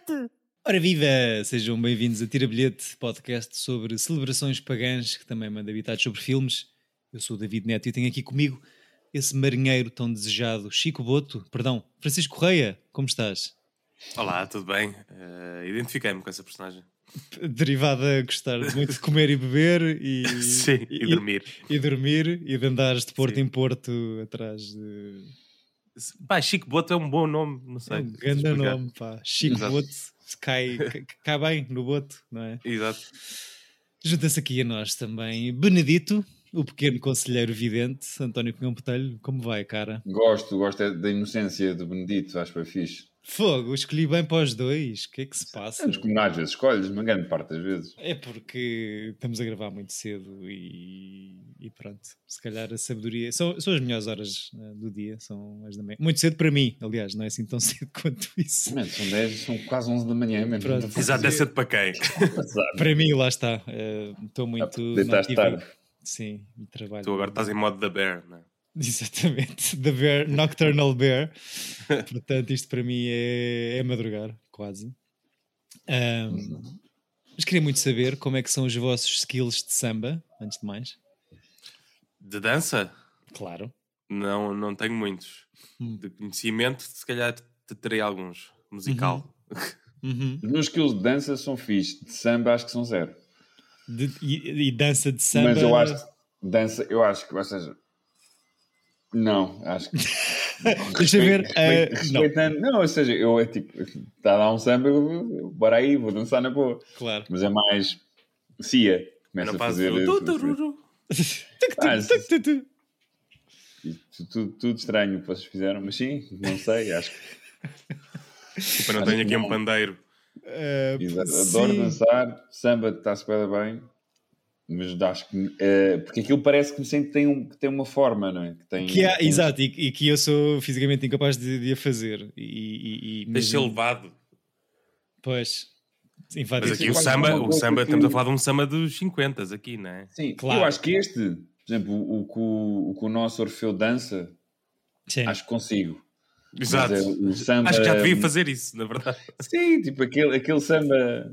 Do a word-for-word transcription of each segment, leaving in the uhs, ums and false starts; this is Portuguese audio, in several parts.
bilhete! Ora viva! Sejam bem-vindos a Tira Bilhete, podcast sobre celebrações pagãs, que também manda habitados sobre filmes. Eu sou o David Neto e tenho aqui comigo esse marinheiro tão desejado, Chico Boto, perdão, Francisco Correia, como estás? Olá, tudo bem? Uh, identifiquei-me com essa personagem. Derivada a gostar muito de comer e beber e, Sim, e, e dormir. E, e dormir e de andares de porto Sim. em porto atrás de... Pá, Chico Boto é um bom nome, não sei. É um grande nome, pá. Chico Exato. Boto cai, cai, cai bem no boto, não é? Exato. Junta-se aqui a nós também Benedito, o pequeno conselheiro vidente, António Pinhão Botelho. Como vai, cara? Gosto, gosto da inocência do Benedito, acho que foi fixe. Fogo, escolhi bem para os dois. O que é que se passa? Antes, como às vezes escolhes, uma grande parte das vezes. É porque estamos a gravar muito cedo e, e pronto, se calhar a sabedoria... São, são as melhores horas uh, do dia, são as da manhã. Muito cedo para mim, aliás, não é assim tão cedo quanto isso. Man, são dez, são quase onze da manhã. Man, Exato, é cedo para quem? Para mim, lá está. Estou uh, muito... Deitaste tarde. Sim, trabalho. Tu agora estás em modo da Bear, não é? Exatamente, The Bear, Nocturnal Bear. Portanto, isto para mim é, é madrugar, quase. Um, mas queria muito saber como é que são os vossos skills de samba, antes de mais. De dança? Claro. Não, não tenho muitos. Hum. De conhecimento, se calhar te terei alguns. Musical. Uhum. Uhum. Os meus skills de dança são fixe, de samba acho que são zero. De, e, e dança de samba... Mas eu acho que dança, eu acho que, ou seja... Não, acho que... Deixa ver. Respeito, uh, respeitando, não. não, ou seja, eu é tipo, está a dar um samba, eu, eu, bora aí, vou dançar na boa. Claro. Mas é mais Cia, começa a fazer. Tudo, tudo estranho que vocês fizeram, mas sim, não sei, acho que. Tipo, eu não tenho aqui um pandeiro. Uh, Adoro sim. dançar, samba está-se bem. Mas acho que uh, porque aquilo parece que sempre tem, um, que tem uma forma, não é? Que tem, que há, tem exato, um... e, e que eu sou fisicamente incapaz de, de a fazer. E, e, e mesmo... levado. Pois. Mas aqui o samba, o samba, estamos a falar de um samba dos cinquenta aqui, não é? Sim, claro. Eu acho que este, por exemplo, o, o, o, o que o nosso Orfeu dança, sim. Acho que consigo. Exato. É, o samba... Acho que já devia fazer isso, na verdade. Sim, tipo aquele, aquele samba...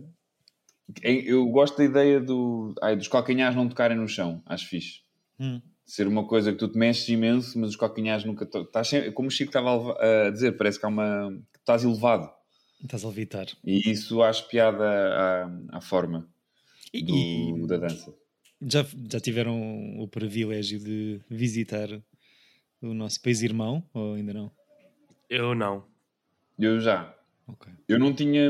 Eu gosto da ideia do, ai, dos calcanhares não tocarem no chão, acho fixe. Hum. Ser uma coisa que tu te mexes imenso, mas os calcanhares nunca... To... Estás sempre... Como o Chico estava a dizer, parece que há uma... que estás elevado. Estás a levitar. E isso acho piada à, à forma do, e, da dança. Já, já tiveram o privilégio de visitar o nosso país irmão, ou ainda não? Eu não. Eu já. Okay. Eu não tinha...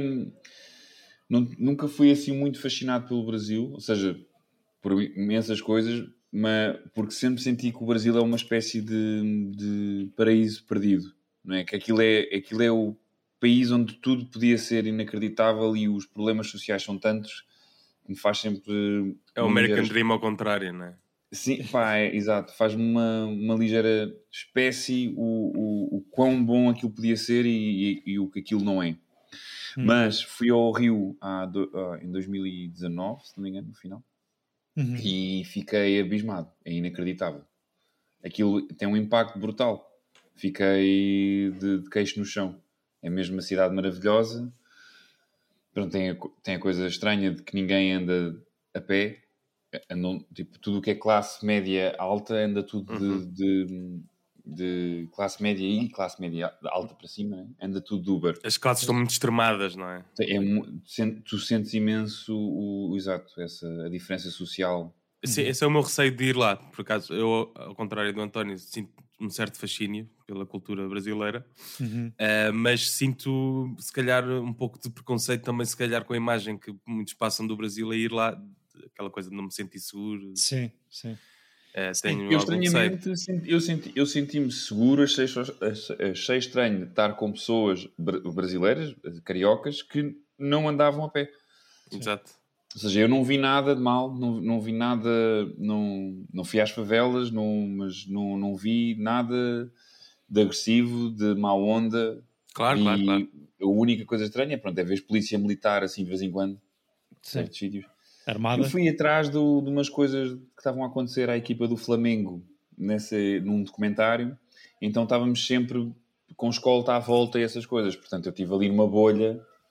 Não, nunca fui assim muito fascinado pelo Brasil, ou seja, por imensas coisas, mas porque sempre senti que o Brasil é uma espécie de, de paraíso perdido, não é? Que aquilo é, aquilo é o país onde tudo podia ser inacreditável e os problemas sociais são tantos que me faz sempre... É o American ligeira... Dream ao contrário, não é? Sim, pá, é, exato. Faz-me uma, uma ligeira espécie o, o, o quão bom aquilo podia ser e, e, e o que aquilo não é. Hum. Mas fui ao Rio ah, do, ah, em dois mil e dezanove, se não me engano, no final, uhum. E fiquei abismado. É inacreditável. Aquilo tem um impacto brutal. Fiquei de, de queixo no chão. É mesmo uma cidade maravilhosa. Pronto, tem, a, tem a coisa estranha de que ninguém anda a pé. Andam, tipo, tudo o que é classe média alta anda tudo uhum. de... de de classe média e classe média alta para cima, né? Anda tudo de Uber. As classes estão muito extremadas, não é? é tu sentes imenso o, o exato, essa, a diferença social. Esse, esse é o meu receio de ir lá, por acaso. Eu, ao contrário do António, sinto um certo fascínio pela cultura brasileira, uhum. uh, mas sinto, se calhar, um pouco de preconceito também, se calhar, com a imagem que muitos passam do Brasil a ir lá, aquela coisa de não me sentir seguro. Sim, sim. É, tenho eu estranhamente senti, eu, senti, eu senti-me seguro, achei, achei estranho estar com pessoas brasileiras, cariocas, que não andavam a pé. Exato. Ou seja, eu não vi nada de mal, não, não vi nada, não, não fui às favelas, não, mas não, não vi nada de agressivo, de má onda. Claro, e claro, claro. A única coisa estranha, pronto, é ver polícia militar assim de vez em quando, em certos sítios. Armada. Eu fui atrás do, de umas coisas que estavam a acontecer à equipa do Flamengo nesse, num documentário, então estávamos sempre com escolta à volta e essas coisas, portanto eu estive ali numa bolha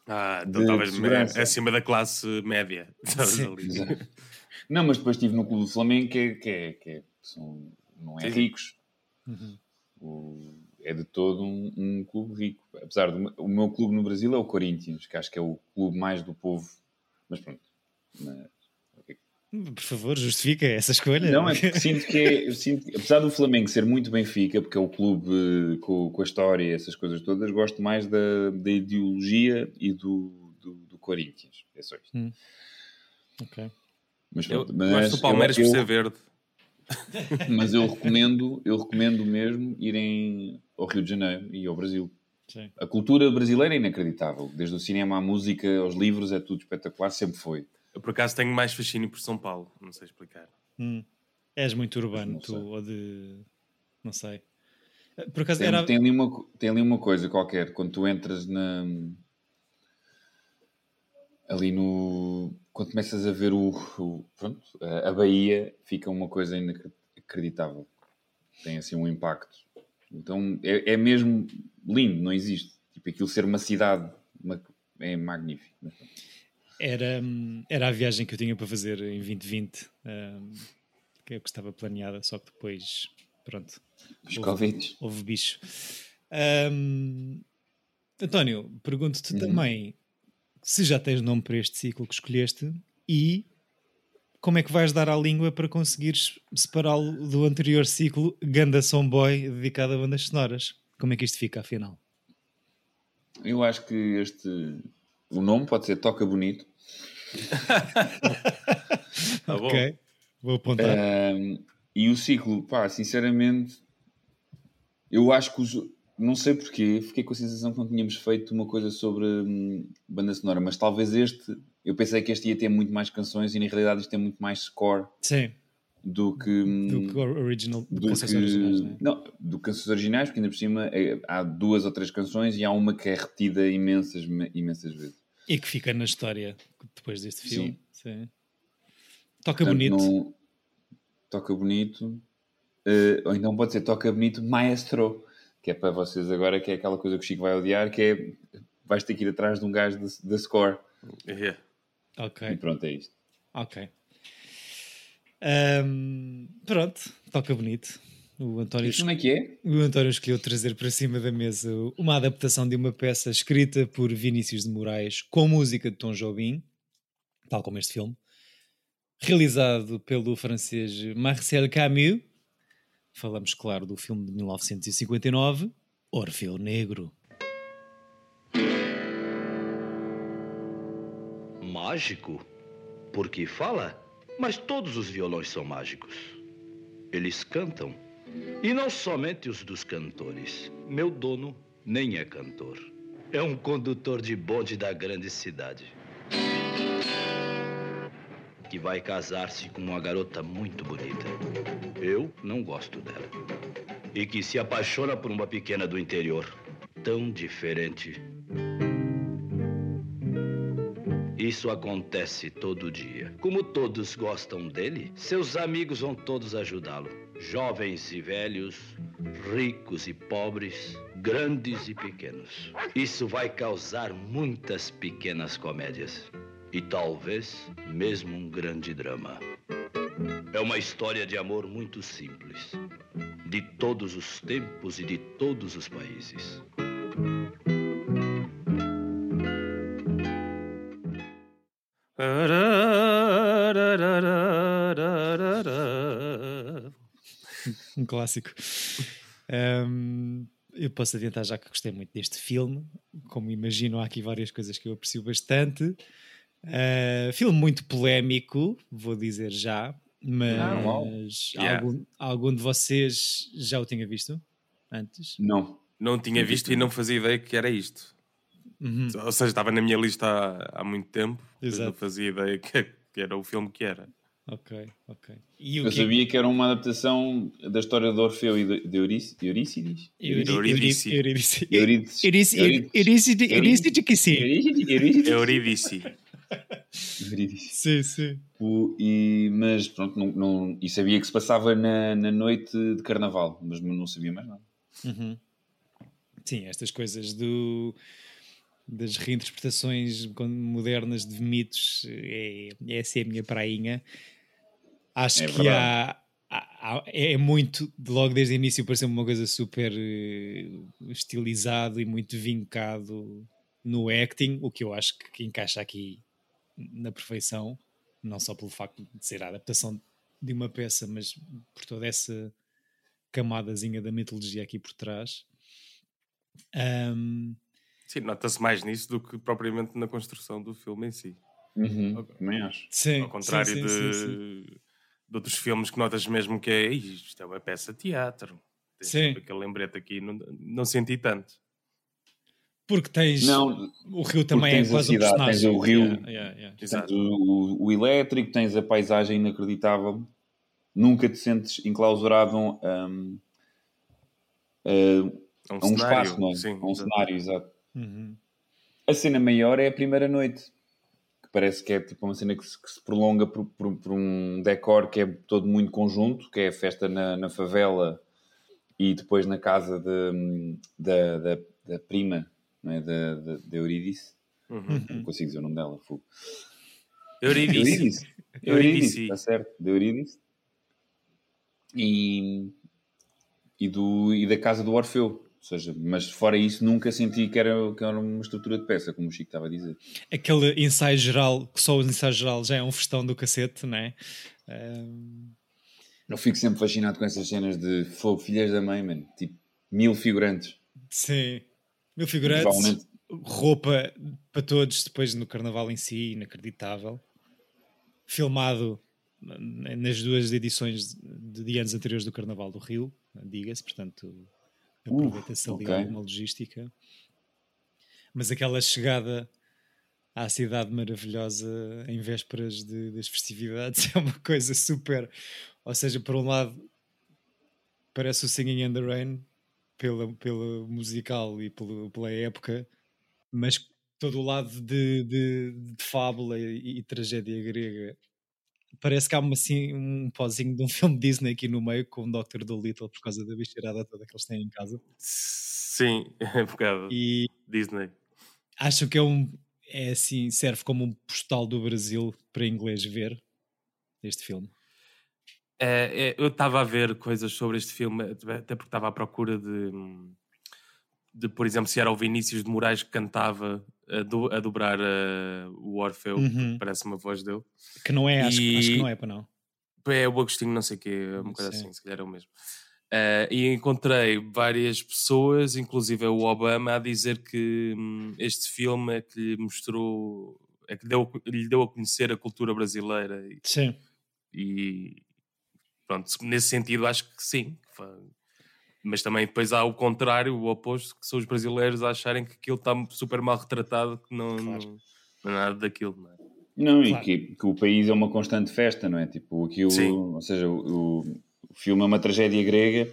Ah, então de estavas segurança. acima da classe média. Estavas Sim. ali. Exato. Não, mas depois estive no Clube do Flamengo, que, é, que, é, que é- são, não é Sim, sim. ricos. Uhum. O- é de todo um, um clube rico. Apesar do o meu clube no Brasil é o Corinthians, que acho que é o clube mais do povo. Mas pronto. Mas- Por favor, justifica essa escolha. Não, é porque sinto que é, eu sinto que, apesar do Flamengo ser muito Benfica, porque é o clube eh, com, com a história e essas coisas todas, gosto mais da, da ideologia e do, do, do Corinthians. É só isto. Hum. Ok. Mas, Eu pronto, mas gosto do Palmeiras eu, por eu- ser verde. mas eu recomendo, eu recomendo mesmo irem ao Rio de Janeiro e ao Brasil. Sim. A cultura brasileira é inacreditável. Desde o cinema à música, aos livros, é tudo espetacular, sempre foi. Eu, por acaso, tenho mais fascínio por São Paulo. Não sei explicar. Hum. És muito urbano, não tu, sei. ou de. Não sei. Por acaso Tem, era. tem, ali uma, co- tem ali uma coisa qualquer, quando tu entras na... ali no... Quando começas a ver o... o- pronto, a, a Bahia, fica uma coisa inacreditável. Tem assim um impacto. Então é, é mesmo lindo, não existe. Tipo, aquilo ser uma cidade uma- é magnífico. Mas pronto. Era, hum, era a viagem que eu tinha para fazer em vinte vinte, hum, que eu que estava planeada, só que depois, pronto, Os houve, Covids. houve bicho. Hum, António, pergunto-te Uhum. também se já tens nome para este ciclo que escolheste e como é que vais dar à língua para conseguires separá-lo do anterior ciclo Ganda Som Boy, dedicado a bandas sonoras. Como é que isto fica, afinal? Eu acho que este... O nome pode ser Toca Bonito. Tá Ok, bom. vou apontar. Ahm, e o ciclo, pá, sinceramente, eu acho que os... Não sei porquê, fiquei com a sensação que não tínhamos feito uma coisa sobre hum, banda sonora, mas talvez este... Eu pensei que este ia ter muito mais canções e na realidade isto tem muito mais score Sim, do que... hum, do que o original, do do canções que... originais, não é? Não, do que canções originais, porque ainda por cima é- há duas ou três canções e há uma que é repetida imensas, imensas vezes. E que fica na história depois deste filme. Sim. Toca Portanto, bonito. não... Toca bonito. Uh, ou então pode ser Toca Bonito Maestro, que é para vocês agora, que é aquela coisa que o Chico vai odiar, que é vais ter que ir atrás de um gajo da score. Yeah. Ok, E pronto, é isto. ok. Ahm, pronto, toca bonito. O António, Isto como é que é? o António escolheu trazer para cima da mesa uma adaptação de uma peça escrita por Vinícius de Moraes com música de Tom Jobim, tal como este filme, realizado pelo francês Marcel Camus. Falamos, claro, do filme de mil novecentos e cinquenta e nove, Orfeu Negro. Mágico? Porque fala? Mas todos os violões são mágicos. Eles cantam. E não somente os dos cantores. Meu dono nem é cantor. É um condutor de bonde da grande cidade. Que vai casar-se com uma garota muito bonita. Eu não gosto dela. E que se apaixona por uma pequena do interior. Tão diferente. Isso acontece todo dia. Como todos gostam dele, seus amigos vão todos ajudá-lo. Jovens e velhos, ricos e pobres, grandes e pequenos. Isso vai causar muitas pequenas comédias. E talvez mesmo um grande drama. É uma história de amor muito simples. De todos os tempos e de todos os países. Um clássico. Um, eu posso adiantar já que gostei muito deste filme. Como imagino, há aqui várias coisas que eu aprecio bastante. Uh, filme muito polémico, vou dizer já, mas Ah, uau. Yeah. algum, algum de vocês já o tinha visto antes? Não. Não tinha visto e não fazia ideia que era isto. Uhum. Ou seja, estava na minha lista há, há muito tempo, mas Exato. não fazia ideia que, que era o filme que era. Ok, ok. E o Eu que sabia que era uma adaptação da história de Orfeu e de, de Euríci- Eurícides? Euri- Eurídice. Euri- Eurídice. Eurídice. Eurídice- Eurídice. Eurídice- Eurídice que sim. Eurídice. Eurídice. Eurídice. Eurídice. Sim, sim. O- e, mas pronto, não, não, e sabia que se passava na, na noite de carnaval, mas não sabia mais nada. Uhum. Sim, estas coisas do das reinterpretações modernas de mitos, é, essa é a minha prainha. Acho É que verdade. há, há- há- é muito, de logo desde o início pareceu uma coisa super eh, estilizado e muito vincado no acting, o que eu acho que, que encaixa aqui na perfeição, não só pelo facto de ser a adaptação de uma peça, mas por toda essa camadazinha da mitologia aqui por trás. Ahm, Sim, nota-se mais nisso do que propriamente na construção do filme em si. Uhum, Ok. também acho. sim, Ao contrário sim, sim, sim, sim. de, de outros filmes que notas mesmo que é "Ih, isto é uma peça de teatro. Tens Sim. sempre aquele lembrete aqui, não, não senti tanto. Porque tens Não, o rio porque também é tens a quase um cidade, tens personagem. o rio, Yeah, yeah, yeah. tens Exato. o, o elétrico, tens a paisagem inacreditável. Nunca te sentes enclausurado um, É um a um cenário, espaço, não é? sim, A um exato. cenário, exato. Uhum. A cena maior é a primeira noite, que parece que é tipo uma cena que se, que se prolonga por, por, por um decor que é todo muito conjunto, que é a festa na, na favela e depois na casa de, da, da, da prima, não é? Da, da, da Eurídice. Uhum. Não consigo dizer o nome dela. Fogo. Eurídice. Eurídice. Eurídice, Eurídice. está certo. De Eurídice. E, e, do, e da casa do Orfeu. Ou seja, mas fora isso nunca senti que era, que era uma estrutura de peça, como o Chico estava a dizer. Aquele ensaio geral, que só o ensaio geral já é um festão do cacete, não é? Um, Eu fico sempre fascinado com essas cenas de fogo, filhas da mãe, mano. Tipo, mil figurantes. sim. Mil E figurantes, provavelmente, roupa para todos depois no carnaval em si, inacreditável. Filmado nas duas edições de, de anos anteriores do Carnaval do Rio, diga-se, portanto aproveita-se ali ok. alguma logística. Mas aquela chegada à cidade maravilhosa em vésperas de, das festividades é uma coisa super. Ou seja, por um lado, parece o Singing in the Rain pela, pela musical e pela, pela época, mas todo o lado de, de, de fábula e, e tragédia grega. Parece que há uma, assim, um pozinho de um filme Disney aqui no meio com o doutor Dolittle por causa da bicheirada toda que eles têm em casa. Sim, é um bocado E Disney. acho que é um. É assim, serve como um postal do Brasil para inglês ver este filme. É, é, eu estava a ver coisas sobre este filme, até porque estava à procura de, de, por exemplo, se era o Vinícius de Moraes que cantava a, do, a dobrar uh, o Orfeu, Uhum. porque parece uma voz dele. Que não é, acho, E- acho que não é para não. É o Agostinho, não sei o quê, uma coisa Sim. assim, se calhar é o mesmo. Uh, e encontrei várias pessoas, inclusive o Obama, a dizer que hum, este filme é que lhe mostrou, é que deu, lhe deu a conhecer a cultura brasileira. E, Sim. e pronto, nesse sentido acho que sim. Mas também depois há o contrário, o oposto, que são os brasileiros a acharem que aquilo está super mal retratado, que não, Claro. não, não é nada daquilo, não é? Não, Claro. e que, que o país é uma constante festa, não é? Tipo, aquilo, Sim. ou seja, o, o filme é uma tragédia grega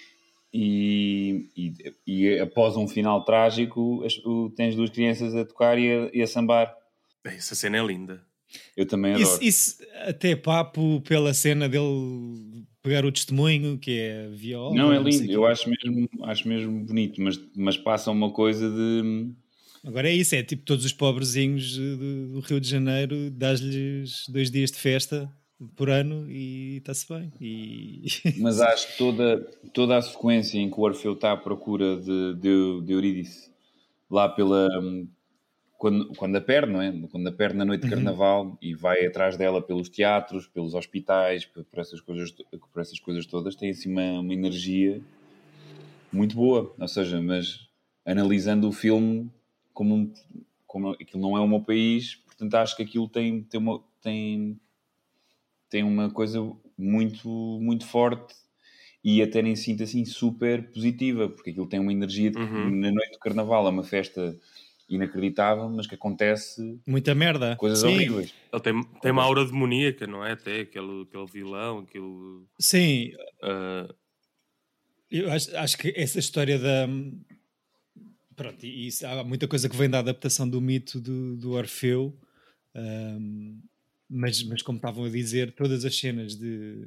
e, e, e após um final trágico as, o, tens duas crianças a tocar e a, e a sambar. Essa cena é linda. Eu também adoro. Isso, isso até papo pela cena dele pegar o testemunho, que é viola. Não, é sei lindo, quê. eu acho mesmo, acho mesmo bonito, mas, mas passa uma coisa de... Agora é isso, é tipo todos os pobrezinhos do, do Rio de Janeiro, dás-lhes dois dias de festa por ano e está-se bem. E... Mas acho que toda, toda a sequência em que o Orfeu está à procura de, de, de Eurídice, lá pela... Quando, quando a perde, não é? Quando a perde na noite de carnaval e vai atrás dela pelos teatros, pelos hospitais, por, por, essas, coisas, por essas coisas todas, tem assim uma, uma energia muito boa. Ou seja, mas analisando o filme como, um, como aquilo não é o meu país, portanto acho que aquilo tem, tem, uma, tem, tem uma coisa muito, muito forte e até nem sinto assim super positiva, porque aquilo tem uma energia de, Uhum. na noite de carnaval, é uma festa inacreditável, mas que acontece Muita merda. coisas Sim. horríveis. Ele tem, tem uma aura demoníaca, não é? Até aquele, aquele vilão, aquele... Sim, Uh, eu acho, acho que essa história da... Pronto, e isso, há muita coisa que vem da adaptação do mito do, do Orfeu, um, mas, mas como estavam a dizer, todas as cenas de,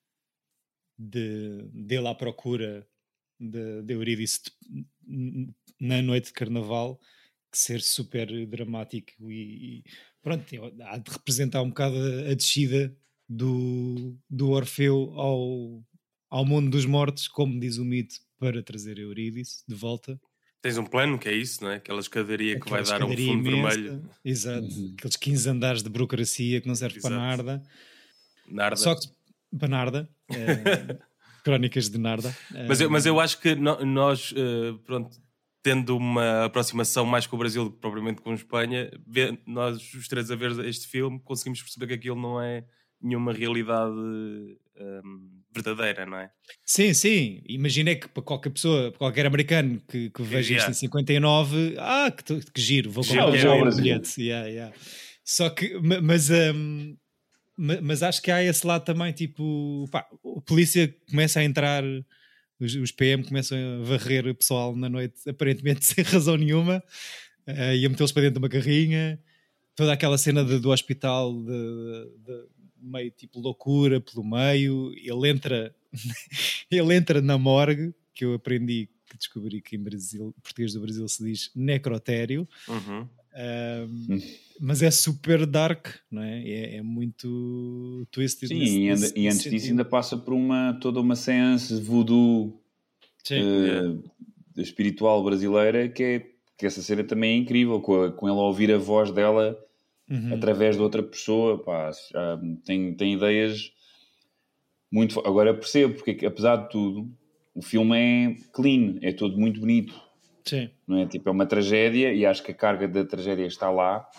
de dele à procura de, de Eurídice na noite de carnaval que ser super dramático e, e pronto, há de representar um bocado a, a descida do, do Orfeu ao, ao mundo dos mortos, como diz o mito, para trazer Eurídice de volta. Tens um plano que é isso, não é? Aquela escadaria que Aquela vai dar a um escadaria fundo imensa, vermelho. exato, Uhum. aqueles quinze andares de burocracia que não serve para Exato. nada. Narda. Só que para Narda, eh, Crónicas de Narda. Mas eu, mas eu Eh, acho que no- nós, eh, pronto, tendo uma aproximação mais com o Brasil do que propriamente com a Espanha, vê- nós os três a ver este filme conseguimos perceber que aquilo não é nenhuma realidade hum, verdadeira, não é? Sim, sim. Imaginei que para qualquer pessoa, para qualquer americano que, que veja isto Yeah. em cinquenta e nove, ah, que, to- que giro, vou Giro, comprar que é já o o Brasil. bilhete. Yeah, yeah. Só que, ma- mas, hum, ma- mas acho que há esse lado também, tipo, pá, a polícia começa a entrar, os, os P M começam a varrer o pessoal na noite, aparentemente sem razão nenhuma, eh, e a metê-los para dentro de uma carrinha. Toda aquela cena de- do hospital, de, de- meio tipo loucura pelo meio, ele entra, ele entra na morgue, que eu aprendi, que descobri que em Brasil, português do Brasil se diz necrotério, Uhum. um, mas é super dark, não é? É, é muito twisted. Sim, nesse, e, anda- nesse, e nesse antes disso sentido. ainda passa por uma, toda uma seance voodoo Sim. eh, Yeah. espiritual brasileira que, é, que essa cena também é incrível, com, a- com ela a ouvir a voz dela Uhum. através de outra pessoa, pá, já tem, tem ideias muito... fo- Agora percebo, porque é que, apesar de tudo, o filme é clean, é todo muito bonito, Sim. não é? Tipo, é uma tragédia e acho que a carga da tragédia está lá,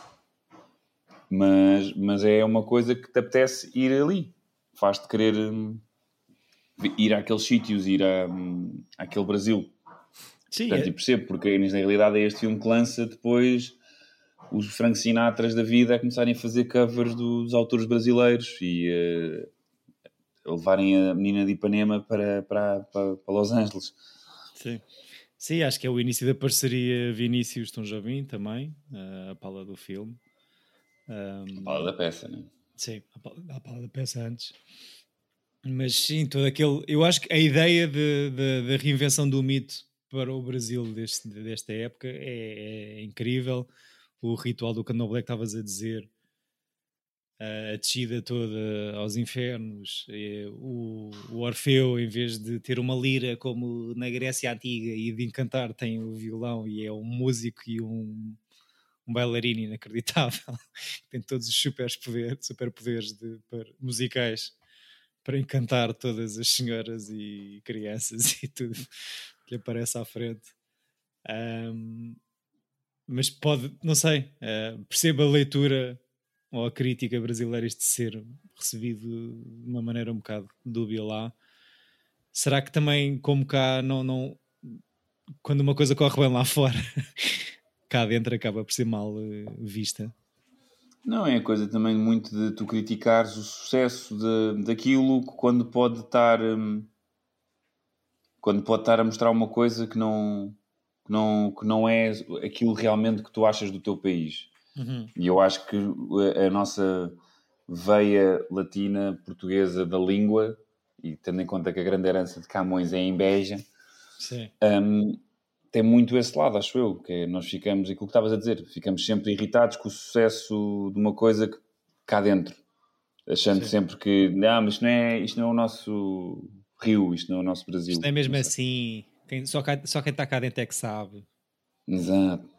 mas, mas é uma coisa que te apetece ir ali, faz-te querer hum, ir àqueles sítios, ir a, hum, àquele Brasil. Sim, Portanto, é- e percebo, porque na realidade é este filme que lança depois os Frank Sinatras da vida a começarem a fazer covers dos autores brasileiros e eh, a levarem a menina de Ipanema para, para, para, para Los Angeles. sim. Sim, acho que é o início da parceria Vinícius Tom Jobim também, a pala do filme. Um, A fala da peça, né? Sim, a pala, a pala da peça antes. Mas sim, todo aquele. Eu acho que a ideia de, de- da reinvenção do mito para o Brasil deste, desta época é, é incrível. O ritual do candomblé que estavas a dizer, a descida toda aos infernos, é, o, o Orfeu, em vez de ter uma lira como na Grécia Antiga e de encantar, tem o violão e é um músico e um, um bailarino inacreditável. Tem todos os superpoderes super poderes de, para- musicais para encantar todas as senhoras e crianças e tudo que aparece à frente. Ahm, mas pode, não sei, ah, perceba a leitura ou a crítica brasileira isto de ser recebido de uma maneira um bocado dúbia lá. Será que também, como cá, não, não, quando uma coisa corre bem lá fora, cá dentro acaba por ser mal eh, vista? Não, é coisa também muito de tu criticares o sucesso de, daquilo quando pode estar hum, quando pode estar a mostrar uma coisa que não, que não, que não é aquilo realmente que tu achas do teu país. Uhum. E eu acho que a, a nossa veia latina portuguesa da língua, e tendo em conta que a grande herança de Camões é a inveja, Sim. hum, tem muito esse lado, acho eu, que é, nós ficamos, aquilo que estavas a dizer, ficamos sempre irritados com o sucesso de uma coisa que, cá dentro, achando Sim. sempre que, não, mas isto não, é, isto não é o nosso Rio, isto não é o nosso Brasil. Isto é mesmo Não sei. assim, quem, só, cá, só quem está cá dentro é que sabe. Exato.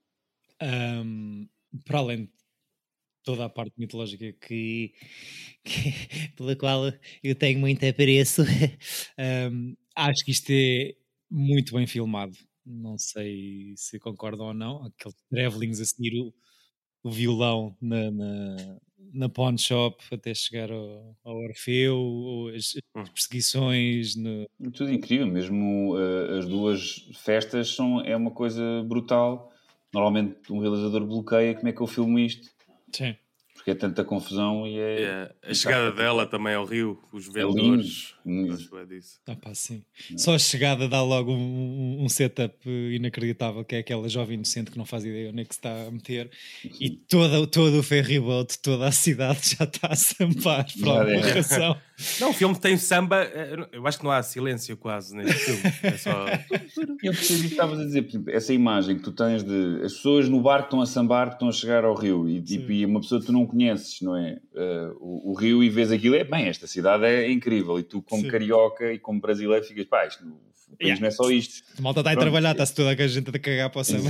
Um, para além de toda a parte mitológica que, que- pela qual eu tenho muito apreço, um, acho que isto é muito bem filmado. Não sei se concordam ou não. Aqueles travelings a seguir o, o violão na, na, na pawn shop até chegar ao, ao Orfeu, ou as, as perseguições no, Tudo incrível, mesmo uh, as duas festas são, é uma coisa brutal. Normalmente um realizador bloqueia como é que eu filmo isto, sim. porque é tanta confusão e é... Yeah. A chegada dela também ao Rio, os É lindo. vendedores. Gosto bem disso. Ah, pá, sim. Só a chegada dá logo um, um setup inacreditável, que é aquela jovem inocente que não faz ideia onde é que se está a meter, e toda, todo o ferryboat, toda a cidade já está a sambar por alguma razão. Não, o filme tem samba, eu acho que não há silêncio quase neste filme. É só... Eu percebi que estavas a dizer, essa imagem que tu tens de as pessoas no barco estão a sambar, estão a chegar ao rio, e, tipo, e uma pessoa que tu não conheces, não é? Uh, o, o rio, e vês aquilo, é bem, esta cidade é incrível, e tu como Sim. carioca e como brasileiro ficas, pá, isto, o país yeah. não é só isto. A malta está a trabalhar, está-se toda a gente a cagar para o samba.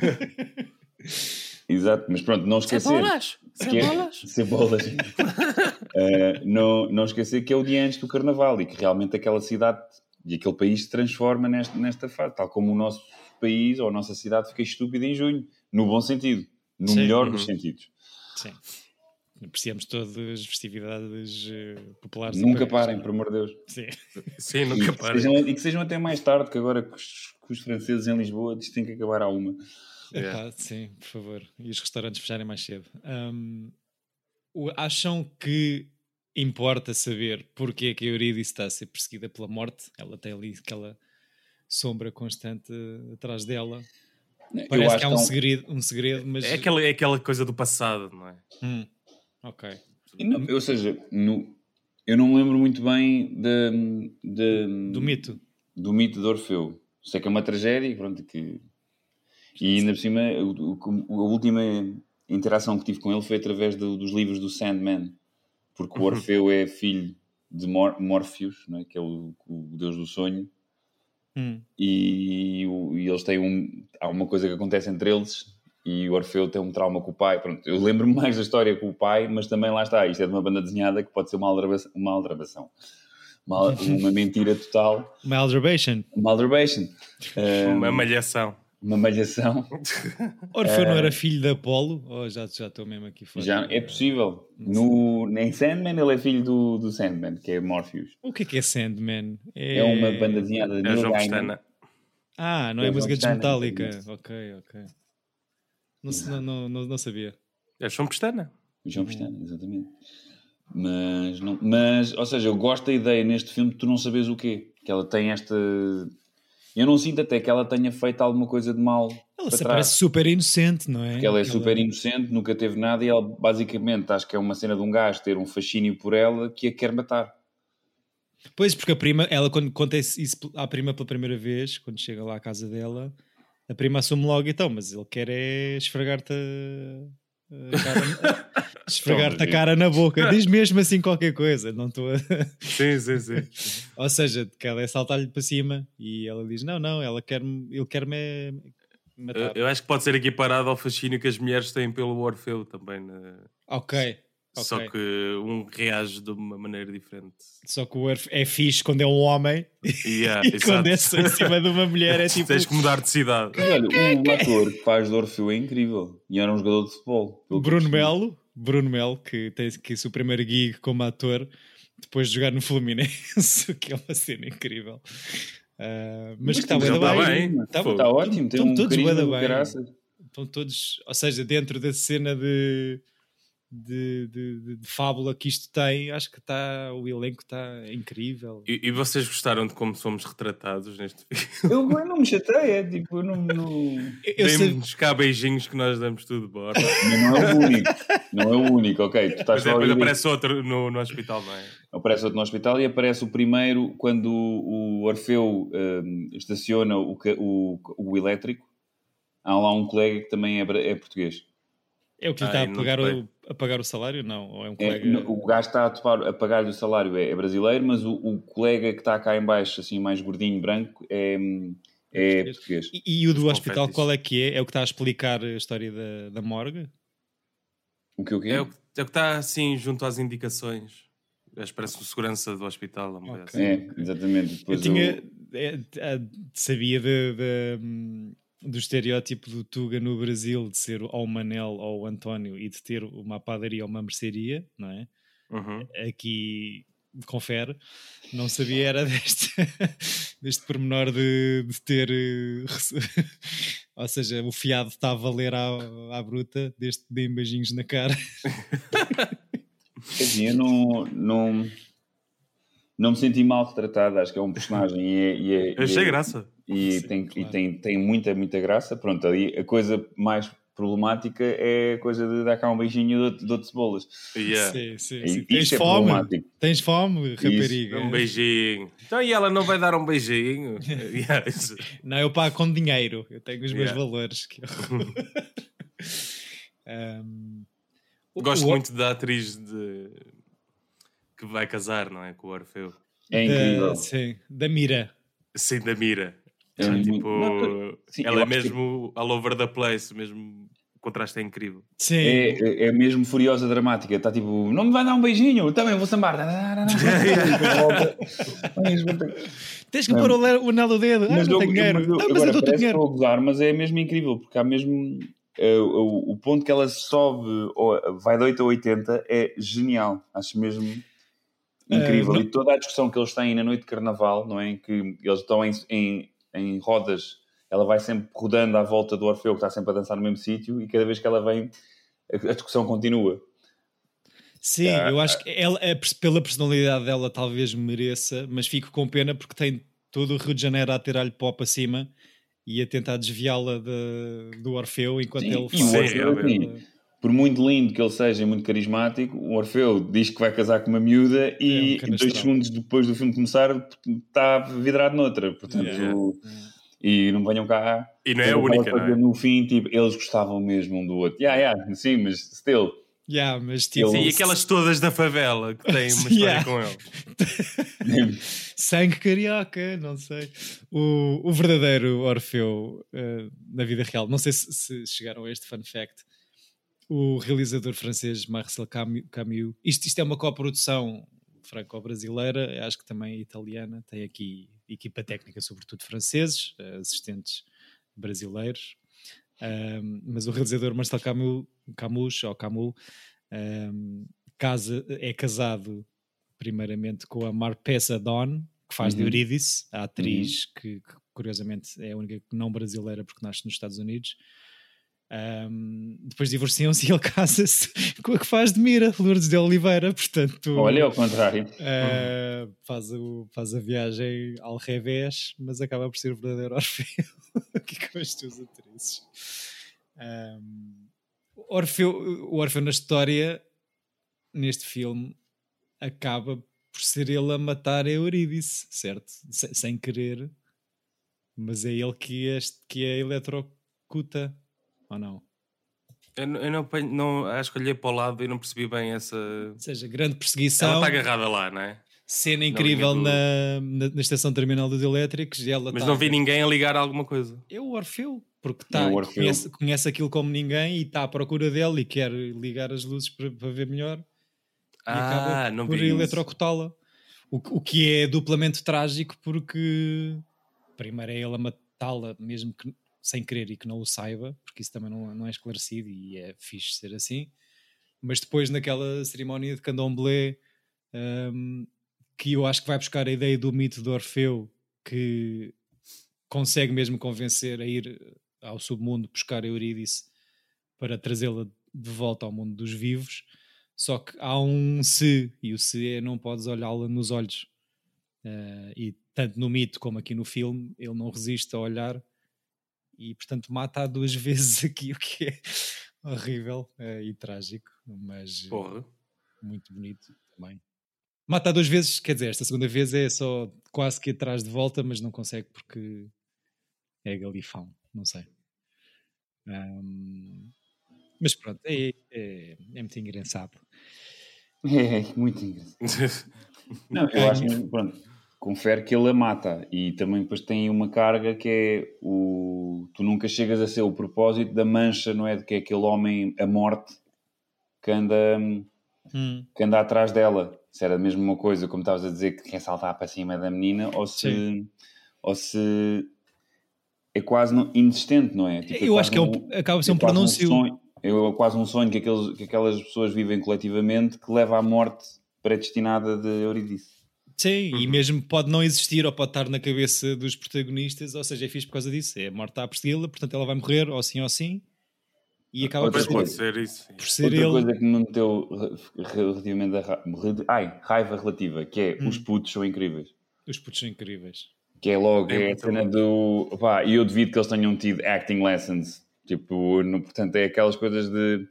Exato, mas pronto, não esquecer... Cebolas! Cebolas! É, cebolas. uh, não, não esquecer que é o dia antes do Carnaval e que realmente aquela cidade e aquele país se transforma nesta, nesta fase, tal como o nosso país ou a nossa cidade fica estúpida em junho, no bom sentido, no Sim. melhor uhum. dos sentidos. Sim. Apreciamos todas as festividades uh, populares. Nunca parem, por amor de Deus. Sim, Sim nunca e parem. Sejam, e que sejam até mais tarde, que agora com os, com os franceses em Lisboa isto tem que acabar à uma. Yeah. Epá, sim, por favor. E os restaurantes fecharem mais cedo. Um, acham que importa saber porque é que a Eurídice está a ser perseguida pela morte? Ela tem ali aquela sombra constante atrás dela. Parece que há um, que... segredo, um segredo, mas... É aquela, é aquela coisa do passado, não é? Hum. Ok. Não, ou seja, no, eu não me lembro muito bem de, de, do mito. Do mito de Orfeu. Sei que é uma tragédia, pronto, que... E ainda por cima, a última interação que tive com ele foi através do, dos livros do Sandman, porque o Orfeu é filho de Mor- Morpheus, não é? Que é o, o deus do sonho, hum. e, o, e eles têm um... Há uma coisa que acontece entre eles... E o Orfeu tem um trauma com o pai. Pronto, eu lembro-me mais da história com o pai, mas também lá está. Isto é de uma banda desenhada que pode ser uma aldrabação. Uma, aldrabação. uma, uma mentira total. Uma aldrabation. Uma aldrabation. Um, uma malhação. Uma malhação. Orfeu uh, não era filho de Apolo? Oh, já estou mesmo aqui fora. Já é possível. No, em Sandman ele é filho do, do Sandman, que é Morpheus. O que é que é Sandman? É, é uma banda desenhada de é João Pestana. Ah, não é, é música de Metallica. Ok, ok. Não, não, não, não sabia. É João Pestana. João Pestana, exatamente. Mas, não, mas, ou seja, eu gosto da ideia neste filme de tu não sabes o quê. Que ela tem esta... Eu não sinto até que ela tenha feito alguma coisa de mal. Ela se parece super inocente, não é? Porque ela é ela... super inocente, nunca teve nada e ela basicamente, acho que é uma cena de um gajo ter um fascínio por ela que a quer matar. Pois, porque a prima, ela quando conta isso à prima pela primeira vez, quando chega lá à casa dela... A prima assume logo, então, mas ele quer é esfregar-te a, a cara, esfregar-te a cara na boca. Diz mesmo assim qualquer coisa, não estou a... Sim, sim, sim. Ou seja, que ela é saltar-lhe para cima e ela diz, não, não, ela quer ele quer-me matar. Eu, eu acho que pode ser equiparado ao fascínio que as mulheres têm pelo Orfeu também. Né? Ok. Okay. Só que um reage de uma maneira diferente. Só que o Orfeu é fixe quando é um homem yeah, e quando é só em cima de uma mulher é tipo... Tens que mudar de cidade. Mas olha, o ator que faz de Orfeu é incrível e era um jogador de futebol. Bruno Melo, Bruno Melo, que tem que o seu primeiro gig como ator depois de jogar no Fluminense, que é uma cena incrível. Uh, mas, mas que está bem, bem. Está, está ótimo, tem um carisma do caraças. Estão todos, ou seja, dentro da cena de... De, de, de fábula que isto tem, acho que está, o elenco está incrível. E, e vocês gostaram de como somos retratados neste filme? Eu, eu não me chatei, é tipo, eu não... não... Demos cá beijinhos que nós damos tudo de borda. Mas não é o único, não é o único, ok. Tu estás depois depois aparece outro no, no hospital, não é? Aparece outro no hospital e aparece o primeiro quando o Orfeu um, estaciona o, o, o elétrico. Há lá um colega que também é, é português. É o que lhe está a pagar, o, a pagar o salário? Não, ou é um colega... É, o gajo está a, topar, a pagar-lhe o salário é, é brasileiro, mas o, o colega que está cá em baixo, assim, mais gordinho, branco, é, é português. E, e o do Os hospital confetes. Qual é que é? É o que está a explicar a história da, da morgue? O que o quê? É o, é o que está, assim, junto às indicações. Parece o segurança do hospital. Okay. Assim. É, exatamente. Depois eu tinha... Eu... É, sabia de... de do estereótipo do Tuga no Brasil de ser ou o Manel ou o António e de ter uma padaria ou uma mercearia, não é? Uhum. Aqui confere, não sabia era deste, deste pormenor de, de ter ou seja, o fiado está a valer à, à bruta deste de beijinhos na cara. Quer dizer, eu não, não, não me senti mal retratado, acho que é um personagem e, é, e, é, Eu achei e é, graça. E, Sim, tem, claro. e tem, tem muita, muita graça. Pronto, ali a coisa mais problemática é a coisa de dar cá um beijinho de outro cebolas. Yeah. Sim, sim, E sim. Tens isto é fome? problemático. Tens fome, rapariga? Um beijinho. Então, e ela não vai dar um beijinho? Yeah, isso. Não, eu pago com dinheiro. Eu tenho os meus Yeah. valores. Que um, Gosto o, muito da atriz de... que vai casar, não é? Com o Orfeu. É incrível. Da, sim, da Mira. Sim, da Mira. É É, muito- tipo, não, sim, ela eu é acho que- mesmo all over the place, mesmo o contraste é incrível. Sim. É, é, é mesmo furiosa dramática. Está tipo, não me vai dar um beijinho, eu também vou sambar. Tens que pôr o, le- o anel do dedo. Ah, Mas não eu, tenho dinheiro. mas eu- Ah, mas eu agora dou-te o parece que dinheiro. estou a gozar, mas é mesmo incrível, porque há mesmo eh, o, o ponto que ela sobe, ou vai de oito a oitenta, é genial. Acho mesmo incrível. Eh, não- E toda a discussão que eles têm na noite de carnaval, não é? Em que eles estão em, em, em rodas, ela vai sempre rodando à volta do Orfeu, que está sempre a dançar no mesmo sítio, e cada vez que ela vem, a, a discussão continua. Sim, Ah, eu acho que ela, é, pela personalidade dela, talvez mereça, mas fico com pena porque tem todo o Rio de Janeiro a tirar-lhe pó para cima e a tentar desviá-la de- do Orfeu enquanto Sim, ele e o faz. Sim, Orfeu, é assim, por muito lindo que ele seja e muito carismático, o Orfeu diz que vai casar com uma miúda e É um canastrão. dois segundos depois do filme começar está vidrado noutra. Portanto, Yeah. e não venham cá. E não é a aquela única, coisa não é? No fim, tipo, eles gostavam mesmo um do outro. Yeah, yeah, sim, mas still. Yeah, mas tipo, Sim, e aquelas todas da favela que têm uma Sim, história yeah. com ele. sangue carioca, não sei. O, o verdadeiro Orfeu uh, na vida real, não sei se, se chegaram a este fun fact. O realizador francês Marcel Camus, Camus isto, isto é uma coprodução franco-brasileira, acho que também italiana, tem aqui equipa técnica, sobretudo franceses, assistentes brasileiros, um, mas o realizador Marcel Camus, Camus, ou Camus um, casa, é casado primeiramente com a Marpessa Dawn, que faz Uhum. de Eurídice, a atriz que, que curiosamente é a única não brasileira porque nasce nos Estados Unidos. Um, depois divorciam-se e ele casa-se com a que faz de Mira, Lourdes de Oliveira, portanto Olha, ao contrário. uh, faz, o, faz a viagem ao revés, mas acaba por ser o verdadeiro Orfeu aqui com as duas atrizes. Um, Orfeu, o Orfeu na história, neste filme, acaba por ser ele a matar a Eurídice, certo? Sem, sem querer, mas é ele que, este, que a eletrocuta. Ou não? Eu, não- eu não, apanho- não acho que olhei para o lado e não percebi bem essa. Ou seja, grande perseguição. Ela está agarrada lá, não é? Cena incrível linha do- na, na, na estação terminal dos elétricos. E ela Mas tá não vi ninguém a ligar alguma coisa. É o Orfeu, porque É tá, o Orfeu. conhece, conhece aquilo como ninguém e está à procura dele e quer ligar as luzes para, para ver melhor. E Ah, acaba não por vi isso. eletrocutá-la. O, que- o que é duplamente trágico porque primeiro é ele a matá-la mesmo que sem querer e que não o saiba, porque isso também não, não é esclarecido e é fixe ser assim, mas depois naquela cerimónia de candomblé um, que eu acho que vai buscar a ideia do mito de Orfeu, que consegue mesmo convencer a ir ao submundo buscar a Eurídice para trazê-la de volta ao mundo dos vivos, só que há um se, e o se é não podes olhá-la nos olhos. Uh, e tanto no mito como aqui no filme ele não resiste a olhar e portanto mata duas vezes aqui, o que é horrível uh, e trágico, mas Porra. muito bonito também. Mata duas vezes, quer dizer, esta segunda vez é só quase que atrás de volta, mas não consegue porque é galifão, não sei. Um, mas pronto, é, é, é muito engraçado. É, muito engraçado. Não, eu acho que, pronto, confere que ele a mata e também depois tem uma carga que é o... Tu nunca chegas a ser o propósito da mancha, não é? De que é aquele homem, a morte, que anda, Hum. que anda atrás dela. Se era mesmo uma coisa, como estavas a dizer, que quer saltar para cima da menina, ou se, ou se é quase não, inexistente, não é? Tipo, Eu é acho que é um, um, acaba por ser é um quase pronúncio. sonho, é quase um sonho que, aqueles, que aquelas pessoas vivem coletivamente que leva à morte predestinada de Eurídice. Sim, Uhum. e mesmo pode não existir ou pode estar na cabeça dos protagonistas, ou seja, é fixe por causa disso. É a morte está a persegui-la, portanto ela vai morrer, ou sim ou sim. E acaba Outra por Pode ser, ser isso. por ser Outra ele. coisa que me meteu re- relativamente a ra- re- ai, raiva relativa, que é Hum. os putos são incríveis. Os putos são incríveis. Que é logo É é a muito cena bom. do. Pá, e eu devido que eles tenham tido acting lessons. Tipo, no, portanto, é aquelas coisas de.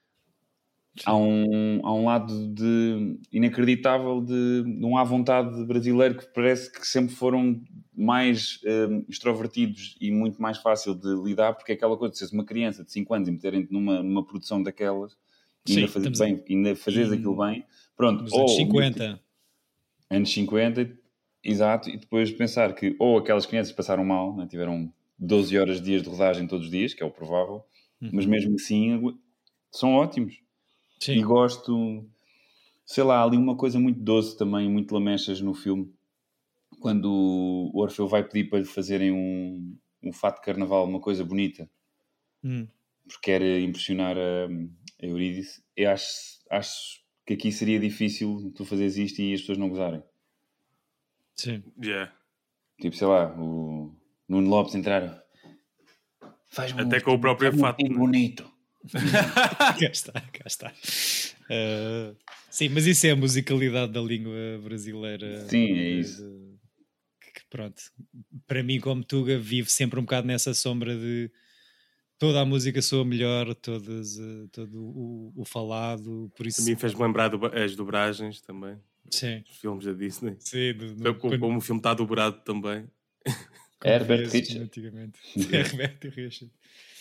Há um, há um lado de inacreditável de, de um à vontade brasileiro que parece que sempre foram mais um, extrovertidos e muito mais fácil de lidar, porque é aquela coisa de seres uma criança de cinco anos e meterem-te numa, numa produção daquelas e Sim, ainda, fazer, estamos a- bem, ainda fazeres e- aquilo bem. Pronto, Nos ou anos o cinquenta. anos cinquenta, exato, e depois pensar que ou aquelas crianças passaram mal, né, tiveram doze horas de dias de rodagem todos os dias, que é o provável, Uhum. mas mesmo assim são ótimos. Sim. E gosto, sei lá, há ali uma coisa muito doce também, muito lamechas no filme, quando o Orfeu vai pedir para lhe fazerem um, um fato de carnaval, uma coisa bonita, Hum. porque quer impressionar a, a Eurídice. Eu acho, acho que aqui seria difícil tu fazeres isto e as pessoas não gozarem. Sim. Yeah. Tipo, sei lá, o Nuno Lopes entrar. Faz-me Até um- com o próprio faz-me um fato, filho né? bonito. cá está, cá está. Uh, sim, mas isso é a musicalidade da língua brasileira. Sim, é de- isso. de- que, pronto, para mim, como Tuga, vive sempre um bocado nessa sombra de toda a música soa melhor, todas, uh, todo o, o falado, por isso. A mim fez-me lembrar do, as dobragens também. Sim, Os filmes da Disney. sim. do- do- Então, como, quando- como o filme está dobrado também. como Herbert vias Richard. antigamente. Herbert Richard.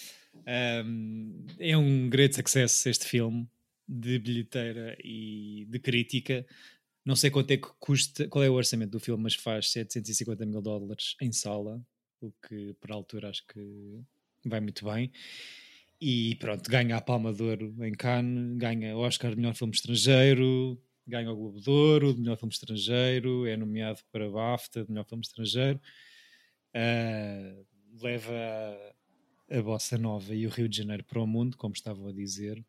Um, é um great success este filme de bilheteira e de crítica. Não sei quanto é que custa, qual é o orçamento do filme, mas faz setecentos e cinquenta mil dólares em sala, o que para a altura acho que vai muito bem. E pronto, ganha a Palma de Ouro em Cannes, ganha o Oscar de melhor filme estrangeiro, ganha o Globo de Ouro de melhor filme estrangeiro, é nomeado para a BAFTA de melhor filme estrangeiro. Uh, leva a, a Bossa Nova e o Rio de Janeiro para o mundo, como estavam a dizer.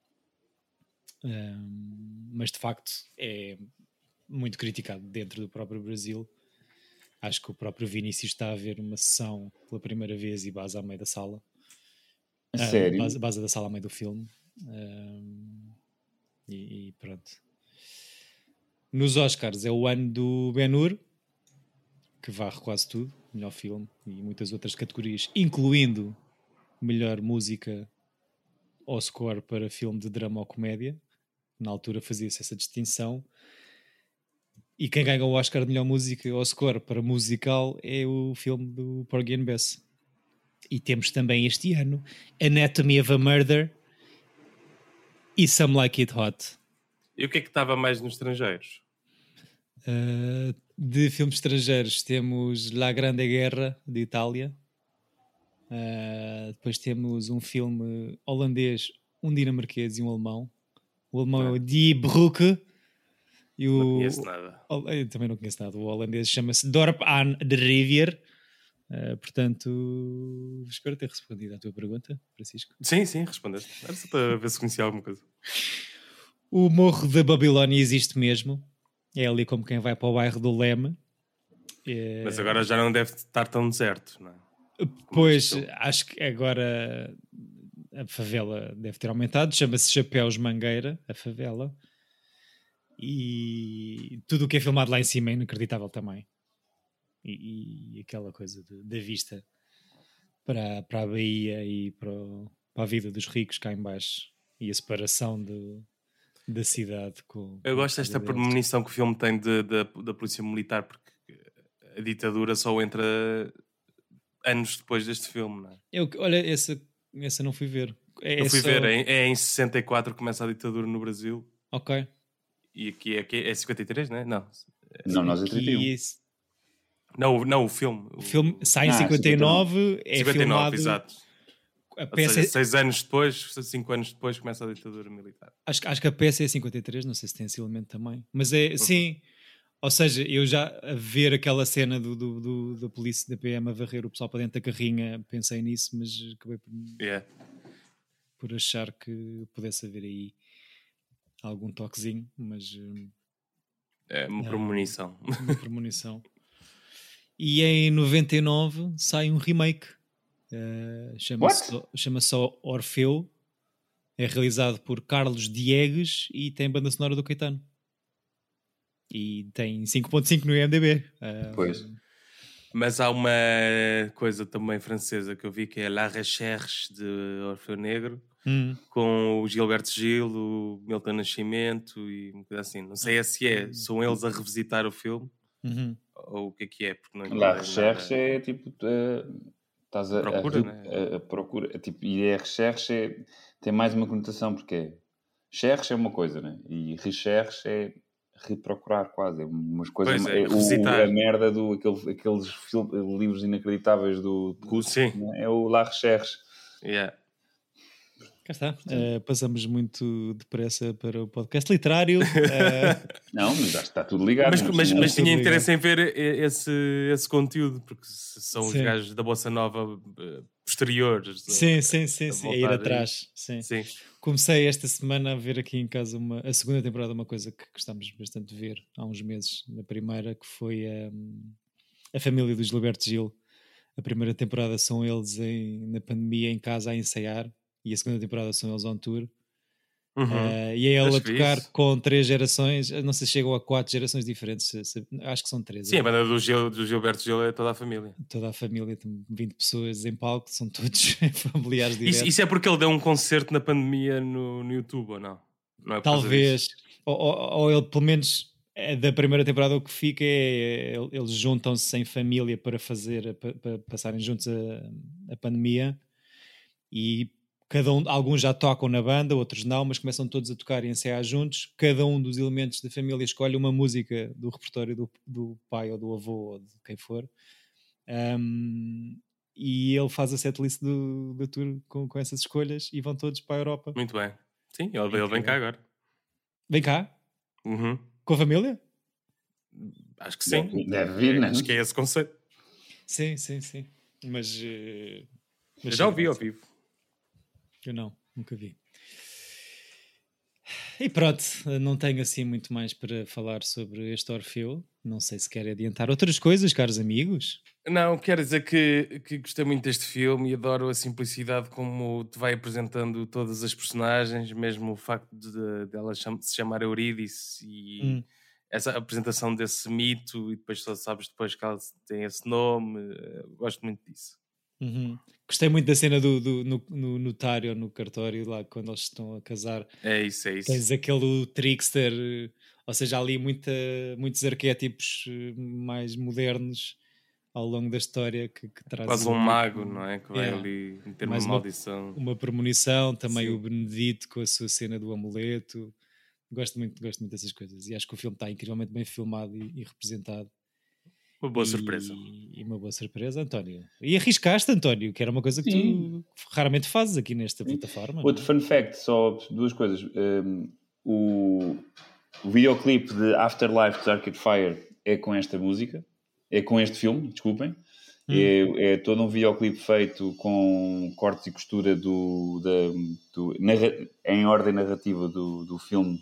Um, mas de facto é muito criticado dentro do próprio Brasil. Acho que o próprio Vinícius está a ver uma sessão pela primeira vez e base à meio da sala. A Ah, sério? base, base da sala à meio do filme. Um, e, e pronto. Nos Oscars é o ano do Ben-Hur, que varre quase tudo. Melhor filme e muitas outras categorias, incluindo melhor música ou score para filme de drama ou comédia. Na altura fazia-se essa distinção. E quem ganha o Oscar de melhor música ou score para musical é o filme do Porgy and Bess. E temos também este ano Anatomy of a Murder e Some Like It Hot. E o que é que estava mais nos estrangeiros? Uh, de filmes estrangeiros temos La Grande Guerra, de Itália. Uh, depois temos um filme holandês, um dinamarquês e um alemão. O alemão é o Die Brücke. E o, Não conheço nada. Eu também não conheço nada. O holandês chama-se Dorp aan de Rivier. Uh, portanto, espero ter respondido à tua pergunta, Francisco. Sim, sim, respondeste. Era só para ver se conhecia alguma coisa. O Morro da Babilónia existe mesmo. É ali como quem vai para o bairro do Leme. É... Mas agora já não deve estar tão deserto, não é? Pois, acho que agora a favela deve ter aumentado. Chama-se Chapéus Mangueira, a favela. E tudo o que é filmado lá em cima é inacreditável também. E, e aquela coisa de, da vista para, para a Bahia e para, o, para a vida dos ricos cá em baixo. E a separação de, da cidade com... Eu gosto desta premonição que o filme tem de, de, da polícia militar, porque a ditadura só entra anos depois deste filme, não é? Eu, olha, essa, essa não fui ver. É, Eu é fui só... ver, é, é em sessenta e quatro que começa a ditadura no Brasil. Ok. E aqui é, aqui é cinquenta e três, não é? Não. Não, nós é trinta e um. Esse... Não, não, o filme. O filme sai em Ah, cinquenta e nove, é cinquenta e nove, filmado... exato. A Ou peça seja, é... seis anos depois, cinco anos depois, começa a ditadura militar. acho, acho que a peça é cinquenta e três, não sei se tem esse elemento também. Mas é, sim... Ou seja, eu já a ver aquela cena do, do, do, da polícia da P M a varrer o pessoal para dentro da carrinha, pensei nisso, mas acabei por, Yeah. por achar que pudesse haver aí algum toquezinho, mas hum, É uma premonição. uma premonição. E em noventa e nove sai um remake, uh, chama-se chama só Orfeu, É realizado por Carlos Diegues e tem banda sonora do Caetano. E tem cinco ponto cinco no I M D B. Uh, Pois. Mas há uma coisa também francesa que eu vi, que é La Recherche de Orfeu Negro, hum. com o Gilberto Gil, o Milton Nascimento e uma coisa assim. Não sei se é, são eles a revisitar o filme Uhum. ou o que é que é, porque não La encontrei Recherche nada. é tipo... Uh, estás a, Procura, a, né? a, a procura. É, tipo, e a Recherche é, tem mais uma conotação, porque é... Cherche é uma coisa, né? E Recherche é... reprocurar quase, é umas coisas, Pois é, é, o, revisitar. a merda do aquele, aqueles film, livros inacreditáveis do Proust, Sim. né? É o La Recherche. Yeah. Cá está, uh, passamos muito depressa para o podcast literário. Uh... Não, mas já está tudo ligado. Mas, mas, mas tinha tudo interesse em ver esse, esse conteúdo, porque são os sim. gajos da Bossa Nova uh, posteriores. Sim, a, sim, sim, a sim. A ir atrás. Sim. Sim. Comecei esta semana a ver aqui em casa uma, a segunda temporada, uma coisa que gostámos bastante de ver há uns meses, na primeira, que foi um, a família do Gilberto Gil. A primeira temporada são eles em, na pandemia em casa a ensaiar, e a segunda temporada são eles on tour. Uhum. Uh, e é ele Acho a tocar isso. com três gerações, não sei se chegam a quatro gerações diferentes, se, se, acho que são três. Sim, é? A banda do, Gil, do Gilberto Gil é toda a família. Toda a família, tem vinte pessoas em palco, são todos familiares diretos. Isso, isso é porque ele deu um concerto na pandemia no, no YouTube, ou não? Não é por causa Talvez, disso? ou, ou, ou ele pelo menos é da primeira temporada o que fica é eles juntam-se em família para fazer, para, para passarem juntos a, a pandemia, e cada um, alguns já tocam na banda, outros não, mas começam todos a tocar e ensaiar juntos. Cada um dos elementos da família escolhe uma música do repertório do, do pai ou do avô ou de quem for, um, e ele faz a setlist do, do tour com, com essas escolhas, e vão todos para a Europa. Muito bem. Sim, ele, ele vem cá agora. Vem cá? Uhum. Com a família? Acho que sim. Deve, deve vir, né? Acho que é esse conceito. Sim, sim, sim. Mas, uh, mas eu já ouvi sim, ao vivo. Eu não, nunca vi. E pronto, não tenho assim muito mais para falar sobre este Orfeu. Não sei se quer adiantar outras coisas, caros amigos. Não, quero dizer que, que gostei muito deste filme e adoro a simplicidade como te vai apresentando todas as personagens, mesmo o facto de, de ela cham- se chamar Eurídice e Hum. essa apresentação desse mito, e depois só sabes depois que ela tem esse nome. Gosto muito disso. Uhum. Gostei muito da cena do, do, no, no notário, no cartório, lá quando eles estão a casar. É isso, é isso. Tens aquele trickster, ou seja, ali muita, muitos arquétipos mais modernos ao longo da história que, que traz. Quase um mago, não é? Que vai yeah. ali ter mais uma maldição. Uma, uma premonição, também Sim. o Benedito com a sua cena do amuleto. Gosto muito, gosto muito dessas coisas, e acho que o filme está incrivelmente bem filmado e, e representado. Uma boa e, surpresa. E uma boa surpresa, António. E arriscaste, António, que era uma coisa que Sim. tu raramente fazes aqui nesta Sim. plataforma. Outro fun fact, só duas coisas. Um, o, o videoclipe de Afterlife de Arcade Fire é com esta música, é com este filme, desculpem. Hum. É, é todo um videoclipe feito com cortes e costura do, da, do, narra, em ordem narrativa do, do filme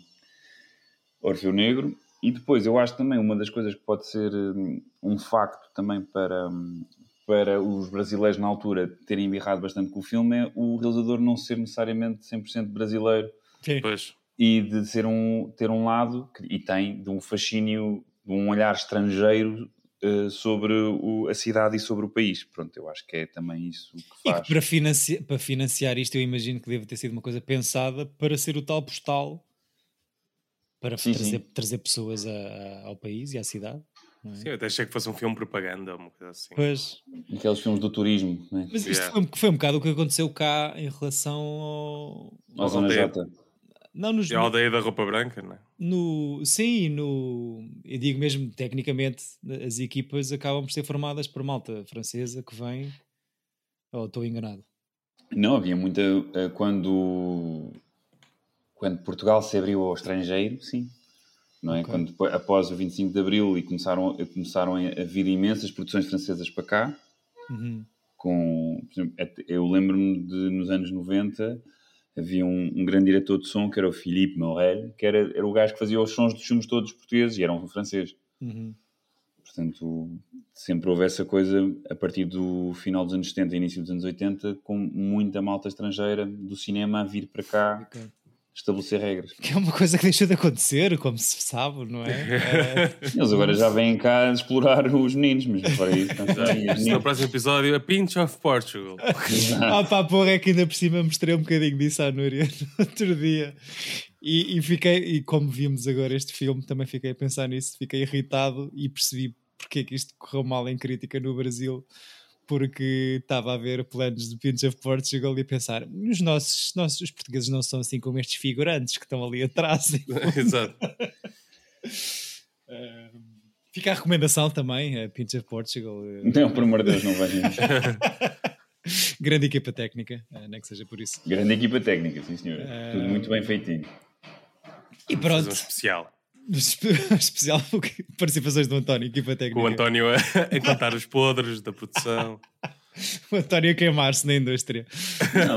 Orfeu Negro. E depois, eu acho também uma das coisas que pode ser um, um facto também para, um, para os brasileiros na altura terem embirrado bastante com o filme é o realizador não ser necessariamente cem por cento brasileiro. Sim. Pois. E de ser um, ter um lado, que, e tem, de um fascínio, de um olhar estrangeiro uh, sobre o, a cidade e sobre o país. Pronto, eu acho que é também isso que faz. E que para, financiar, para financiar isto, eu imagino que deve ter sido uma coisa pensada para ser o tal postal para sim, trazer, sim. trazer pessoas a, a, ao país e à cidade. Não é? Sim, eu até achei que fosse um filme propaganda ou uma coisa assim. Pois. Aqueles filmes do turismo. Não é? Mas isto yeah. foi, foi um bocado o que aconteceu cá em relação ao... à Zona J. Não, nos, e a aldeia da roupa branca, não é? No, sim, no, eu digo mesmo, tecnicamente, as equipas acabam por ser formadas por malta francesa que vem... Ou oh, estou enganado? Não, havia muita... Quando... Quando Portugal se abriu ao estrangeiro, sim. Não é? Okay. Quando, depois, após o vinte e cinco de Abril e começaram, começaram a vir imensas produções francesas para cá. Uhum. Com, por exemplo, eu lembro-me de, nos anos noventa, havia um, um grande diretor de som, que era o Philippe Morel, que era, era o gajo que fazia os sons dos filmes todos portugueses, e era um francês. Uhum. Portanto, sempre houve essa coisa, a partir do final dos anos setenta e início dos anos oitenta, com muita malta estrangeira do cinema a vir para cá okay. estabelecer regras. Que é uma coisa que deixou de acontecer, como se sabe, não é? é... Eles agora já vêm cá explorar os meninos, mas para isso... Então, no próximo episódio, a Pinch of Portugal. Ah pá, porra, é que ainda por cima mostrei um bocadinho disso à Núria no outro dia. E, e fiquei, e como vimos agora este filme, também fiquei a pensar nisso, fiquei irritado e percebi porque é que isto correu mal em crítica no Brasil, porque estava a ver planos de Pinch of Portugal e a pensar, os nossos, nossos os portugueses não são assim como estes figurantes que estão ali atrás. Exato. uh, fica a recomendação também, a Pinch of Portugal. Não, por amor de Deus, não vejam. Grande equipa técnica, nem que seja por isso. Grande equipa técnica, sim senhor. Uh... Tudo muito bem feitinho. E pronto. Um especial. Especial participações do António, equipa técnica. O António a, a contar os podres da produção. O António a queimar-se na indústria. Não,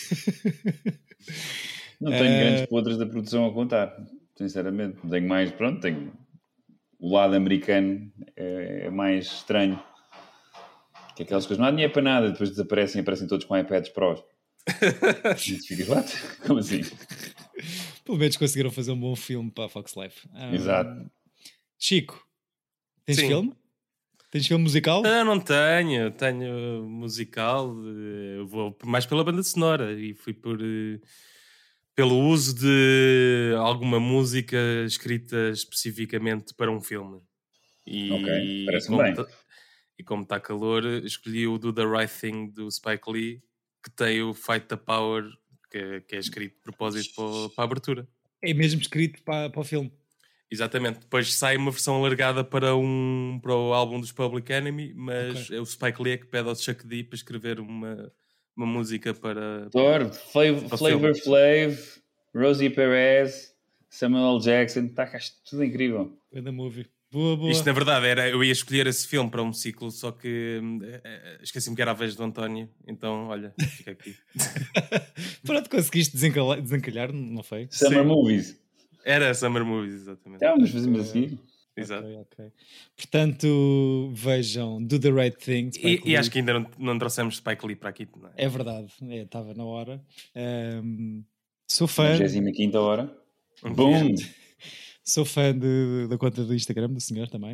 não tenho uh... grandes podres da produção a contar, sinceramente. Tenho mais, pronto, tenho o lado americano é, é mais estranho. Que é aquelas coisas, não há dinheiro para nada, depois desaparecem e aparecem todos com iPads Pros. Ficas, what? Como assim? Pelo menos conseguiram fazer um bom filme para a Fox Life. Um, Exato. Chico, tens Sim. filme? Tens filme musical? Eu não tenho, tenho musical, eu vou mais pela banda sonora e fui por, pelo uso de alguma música escrita especificamente para um filme. E, ok, parece-me bem. Tá, e como está calor, escolhi o Do The Right Thing do Spike Lee, que tem o Fight the Power, que, que é escrito de propósito para, para a abertura. É mesmo escrito para, para o filme? Exatamente. Depois sai uma versão alargada para, um, para o álbum dos Public Enemy, mas okay. é o Spike Lee que pede ao Chuck D para escrever uma, uma música para... Thor, Flav, para Flavor Flav, Rosie Perez, Samuel L. Jackson, está cá tudo incrível. É da movie. Boa, boa. Isto na verdade era, eu ia escolher esse filme para um ciclo, só que uh, esqueci-me que era a vez do António, então olha, fica aqui. Pronto, conseguiste desencalhar, desencalhar, não foi? Summer Sim. Movies. Era Summer Movies, exatamente. Então, mas fazemos assim. Exato. Okay, okay. Portanto, vejam Do The Right Thing. E, e acho que ainda não, não trouxemos Spike Lee para aqui. Não é? É verdade, estava é, na hora. Um, sou fã. vigésima quinta hora. Boom! Sou fã de, da conta do Instagram do senhor também.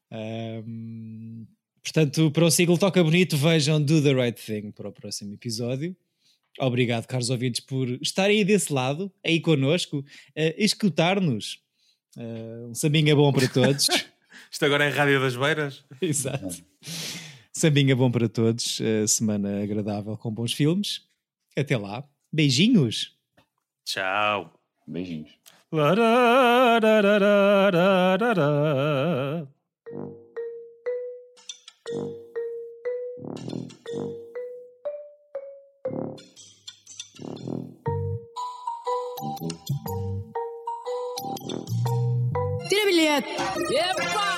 Um, portanto, para o siglo Toca Bonito, vejam Do The Right Thing para o próximo episódio. Obrigado, caros ouvintes, por estarem aí desse lado, aí connosco, a escutar-nos. Uh, um sambinha bom para todos. Isto agora é a Rádio das Beiras. Exato. Sambinha bom para todos. Uh, semana agradável com bons filmes. Até lá. Beijinhos. Tchau. Beijinhos. Tira bilhete! Epa!